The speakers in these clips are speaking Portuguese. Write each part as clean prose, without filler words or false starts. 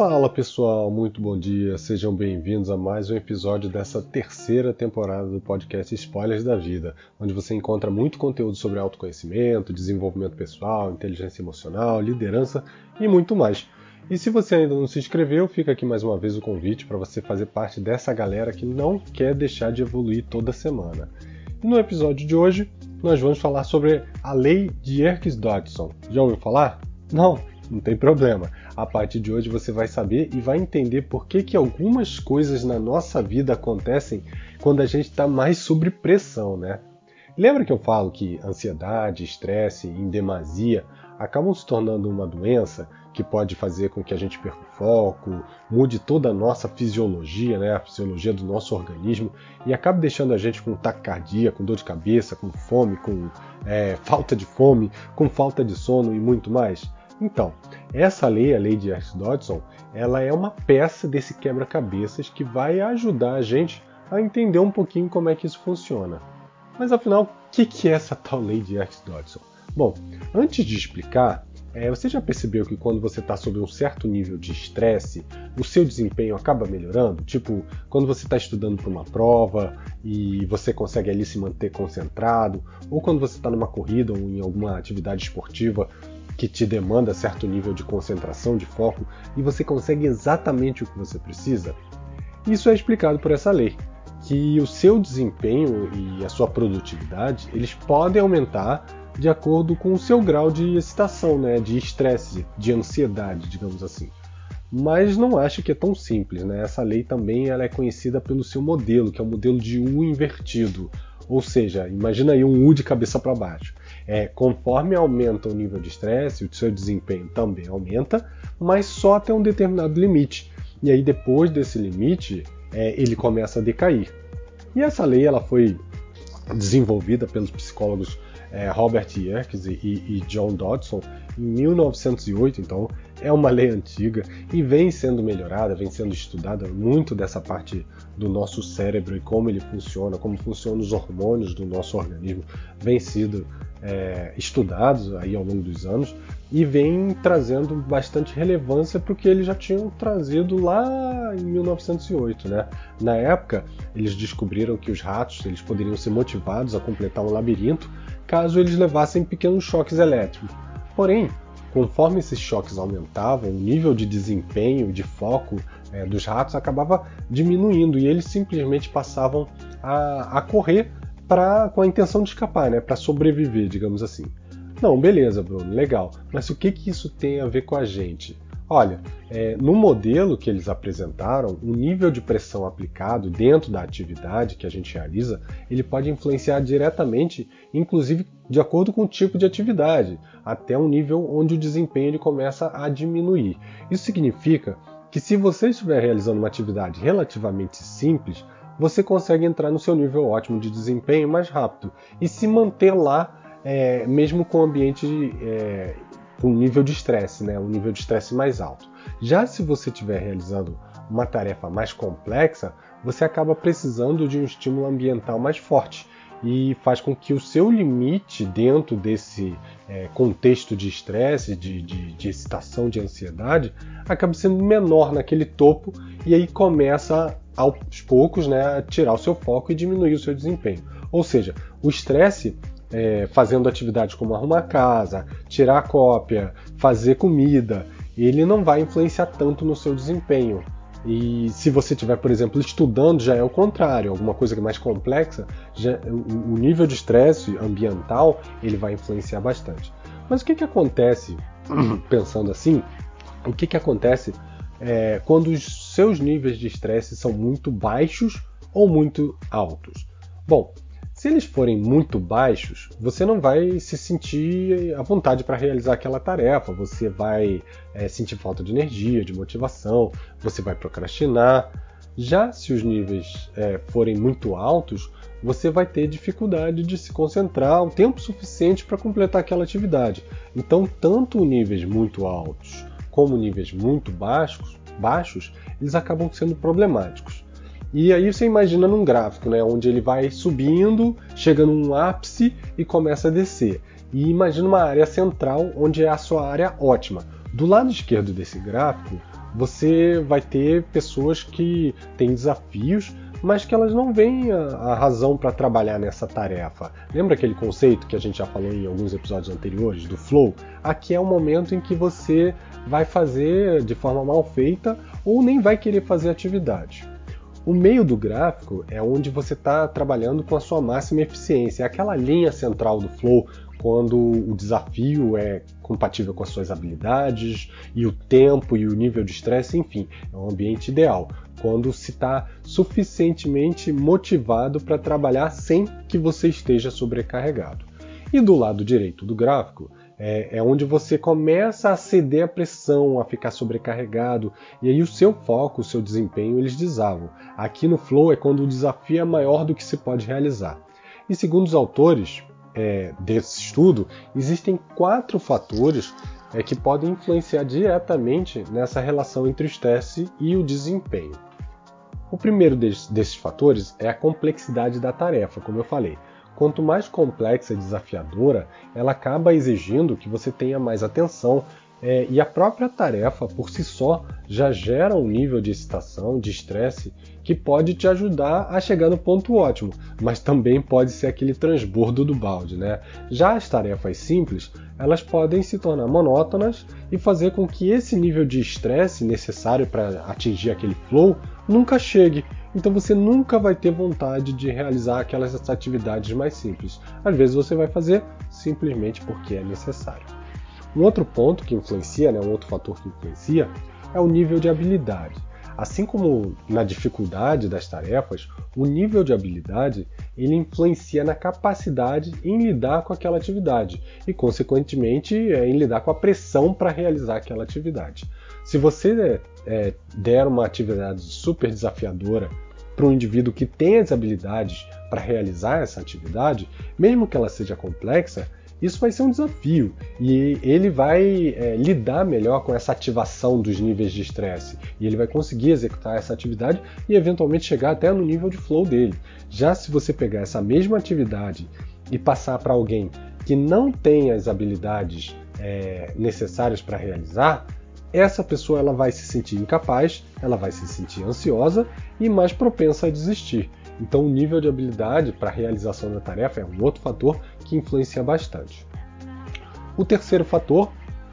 Fala pessoal, muito bom dia, sejam bem-vindos a mais um episódio dessa terceira temporada do podcast Spoilers da Vida, onde você encontra muito conteúdo sobre autoconhecimento, desenvolvimento pessoal, inteligência emocional, liderança e muito mais. E se você ainda não se inscreveu, fica aqui mais uma vez o convite para você fazer parte dessa galera que não quer deixar de evoluir toda semana. E no episódio de hoje, nós vamos falar sobre a lei de Yerkes-Dodson. Já ouviu falar? Não tem problema. A partir de hoje você vai saber e vai entender por que algumas coisas na nossa vida acontecem quando a gente está mais sob pressão, né? Lembra que eu falo que ansiedade, estresse em demasia acabam se tornando uma doença que pode fazer com que a gente perca o foco, mude toda a nossa fisiologia, né? A fisiologia do nosso organismo, e acabe deixando a gente com taquicardia, com dor de cabeça, com fome, com falta de fome, com falta de sono e muito mais? Então, essa lei, a lei de Yerkes-Dodson, ela é uma peça desse quebra-cabeças que vai ajudar a gente a entender um pouquinho como é que isso funciona. Mas afinal, o que é essa tal lei de Yerkes-Dodson? Bom, antes de explicar, você já percebeu que quando você está sob um certo nível de estresse, o seu desempenho acaba melhorando? Tipo, quando você está estudando para uma prova e você consegue ali se manter concentrado, ou quando você está numa corrida ou em alguma atividade esportiva que te demanda certo nível de concentração, de foco, e você consegue exatamente o que você precisa? Isso é explicado por essa lei, que o seu desempenho e a sua produtividade, eles podem aumentar de acordo com o seu grau de excitação, né, de estresse, de ansiedade, digamos assim. Mas não acho que é tão simples, né? Essa lei também ela é conhecida pelo seu modelo, que é o modelo de U invertido. Ou seja, imagina aí um U de cabeça para baixo. Conforme aumenta o nível de estresse, o seu desempenho também aumenta, mas só até um determinado limite. E aí depois desse limite, ele começa a decair. E essa lei ela foi desenvolvida pelos psicólogos Robert Yerkes e John Dodson em 1908, então é uma lei antiga e vem sendo melhorada, vem sendo estudada muito dessa parte do nosso cérebro e como ele funciona, como funcionam os hormônios do nosso organismo, vem sido estudados aí ao longo dos anos e vem trazendo bastante relevância para o que eles já tinham trazido lá em 1908, né? Na época, eles descobriram que os ratos eles poderiam ser motivados a completar um labirinto caso eles levassem pequenos choques elétricos. Porém, conforme esses choques aumentavam, o nível de desempenho e de foco dos ratos acabava diminuindo e eles simplesmente passavam a correr com a intenção de escapar, né, para sobreviver, digamos assim. Não, beleza, Bruno, legal. Mas o que isso tem a ver com a gente? Olha, no modelo que eles apresentaram, o nível de pressão aplicado dentro da atividade que a gente realiza, ele pode influenciar diretamente, inclusive de acordo com o tipo de atividade, até um nível onde o desempenho ele começa a diminuir. Isso significa que se você estiver realizando uma atividade relativamente simples, você consegue entrar no seu nível ótimo de desempenho mais rápido e se manter lá mesmo com o ambiente com um nível de estresse, né? Um nível de estresse mais alto. Já se você estiver realizando uma tarefa mais complexa, você acaba precisando de um estímulo ambiental mais forte e faz com que o seu limite dentro desse contexto de estresse, de excitação, de ansiedade, acabe sendo menor naquele topo e aí começa aos poucos, né, a tirar o seu foco e diminuir o seu desempenho. Ou seja, o estresse fazendo atividades como arrumar a casa, tirar a cópia, fazer comida, ele não vai influenciar tanto no seu desempenho. E se você estiver, por exemplo, estudando, já é o contrário, alguma coisa que é mais complexa, o nível de estresse ambiental ele vai influenciar bastante. Mas o que acontece, pensando assim, o que acontece quando os seus níveis de estresse são muito baixos ou muito altos? Bom, se eles forem muito baixos, você não vai se sentir à vontade para realizar aquela tarefa, você vai sentir falta de energia, de motivação, você vai procrastinar. Já se os níveis forem muito altos, você vai ter dificuldade de se concentrar o tempo suficiente para completar aquela atividade. Então, tanto níveis muito altos como níveis muito baixos, eles acabam sendo problemáticos. E aí você imagina num gráfico, né, onde ele vai subindo, chega num ápice e começa a descer. E imagina uma área central, onde é a sua área ótima. Do lado esquerdo desse gráfico, você vai ter pessoas que têm desafios, mas que elas não veem a razão para trabalhar nessa tarefa. Lembra aquele conceito que a gente já falou em alguns episódios anteriores, do flow? Aqui é o momento em que você vai fazer de forma mal feita ou nem vai querer fazer atividade. O meio do gráfico é onde você está trabalhando com a sua máxima eficiência, é aquela linha central do flow, quando o desafio é compatível com as suas habilidades, e o tempo e o nível de estresse, enfim, é um ambiente ideal, quando se está suficientemente motivado para trabalhar sem que você esteja sobrecarregado. E do lado direito do gráfico, é onde você começa a ceder à pressão, a ficar sobrecarregado, e aí o seu foco, o seu desempenho, eles desavam. Aqui no Flow é quando o desafio é maior do que se pode realizar. E segundo os autores desse estudo, existem 4 fatores que podem influenciar diretamente nessa relação entre o estresse e o desempenho. O primeiro desses fatores é a complexidade da tarefa, como eu falei. Quanto mais complexa e desafiadora, ela acaba exigindo que você tenha mais atenção, e a própria tarefa, por si só, já gera um nível de excitação, de estresse, que pode te ajudar a chegar no ponto ótimo, mas também pode ser aquele transbordo do balde, né? Já as tarefas simples, elas podem se tornar monótonas e fazer com que esse nível de estresse necessário para atingir aquele flow nunca chegue. Então você nunca vai ter vontade de realizar aquelas atividades mais simples. Às vezes você vai fazer simplesmente porque é necessário. Um outro ponto que influencia, um outro fator que influencia, é o nível de habilidade. Assim como na dificuldade das tarefas, o nível de habilidade ele influencia na capacidade em lidar com aquela atividade e, consequentemente, em lidar com a pressão para realizar aquela atividade. Se você der uma atividade super desafiadora para um indivíduo que tem as habilidades para realizar essa atividade, mesmo que ela seja complexa, isso vai ser um desafio e ele vai lidar melhor com essa ativação dos níveis de estresse e ele vai conseguir executar essa atividade e eventualmente chegar até no nível de flow dele. Já se você pegar essa mesma atividade e passar para alguém que não tem as habilidades necessárias para realizar, essa pessoa ela vai se sentir incapaz, ela vai se sentir ansiosa e mais propensa a desistir. Então o nível de habilidade para a realização da tarefa é um outro fator que influencia bastante. O terceiro fator,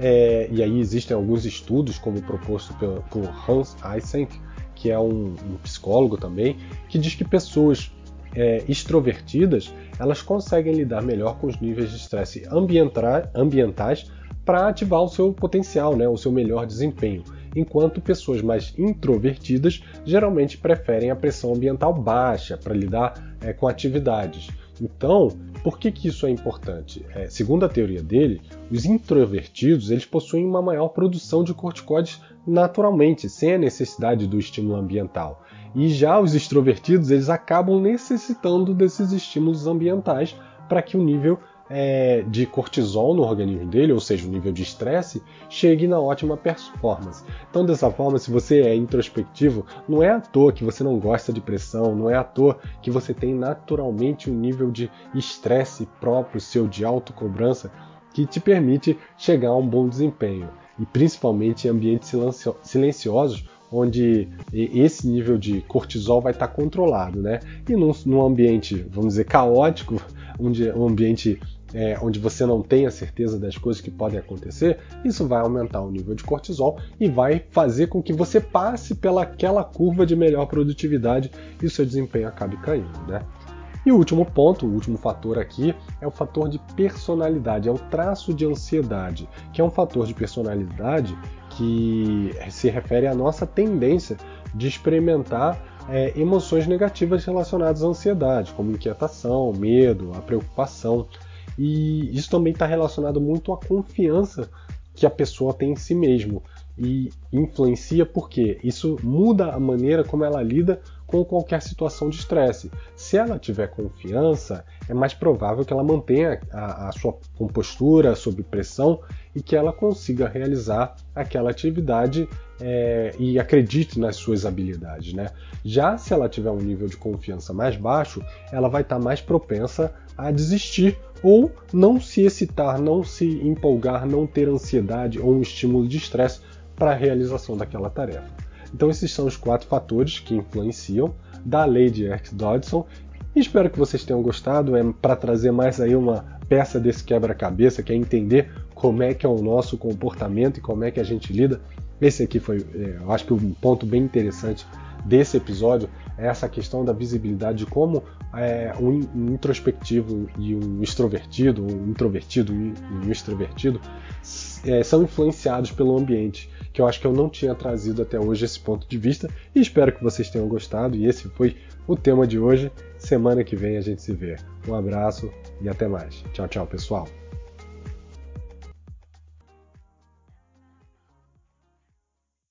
e aí existem alguns estudos, como proposto por Hans Eysenck, que é um psicólogo também, que diz que pessoas extrovertidas elas conseguem lidar melhor com os níveis de estresse ambientais para ativar o seu potencial, o seu melhor desempenho, enquanto pessoas mais introvertidas geralmente preferem a pressão ambiental baixa para lidar com atividades. Então, por que isso é importante? Segundo a teoria dele, os introvertidos eles possuem uma maior produção de corticoides naturalmente, sem a necessidade do estímulo ambiental. E já os extrovertidos eles acabam necessitando desses estímulos ambientais para que o nível de cortisol no organismo dele, ou seja, o nível de estresse, chegue na ótima performance. Então, dessa forma, se você é introspectivo, não é à toa que você não gosta de pressão, não é à toa que você tem naturalmente um nível de estresse próprio seu, de autocobrança, que te permite chegar a um bom desempenho. E principalmente em ambientes silenciosos, onde esse nível de cortisol vai estar controlado, E num ambiente, vamos dizer, caótico, um ambiente onde você não tem a certeza das coisas que podem acontecer, isso vai aumentar o nível de cortisol e vai fazer com que você passe pelaquela curva de melhor produtividade e o seu desempenho acabe caindo, E o último ponto, o último fator aqui, é o fator de personalidade, é o traço de ansiedade, que é um fator de personalidade que se refere à nossa tendência de experimentar emoções negativas relacionadas à ansiedade, como inquietação, medo, a preocupação. E isso também está relacionado muito à confiança que a pessoa tem em si mesmo. E influencia porque isso muda a maneira como ela lida com qualquer situação de estresse. Se ela tiver confiança, é mais provável que ela mantenha a sua compostura sob pressão e que ela consiga realizar aquela atividade e acredite nas suas habilidades, Já se ela tiver um nível de confiança mais baixo, ela vai estar mais propensa a desistir ou não se excitar, não se empolgar, não ter ansiedade ou um estímulo de estresse para a realização daquela tarefa. Então esses são os 4 fatores que influenciam da lei de Yerkes-Dodson. Espero que vocês tenham gostado, para trazer mais aí uma peça desse quebra-cabeça, que é entender como é que é o nosso comportamento e como é que a gente lida. Esse aqui foi, eu acho que um ponto bem interessante desse episódio, é essa questão da visibilidade de como um introspectivo e um extrovertido, um introvertido e um extrovertido são influenciados pelo ambiente, que eu acho que eu não tinha trazido até hoje esse ponto de vista, e espero que vocês tenham gostado, e esse foi o tema de hoje. Semana que vem a gente se vê. Um abraço e até mais. Tchau, tchau, pessoal.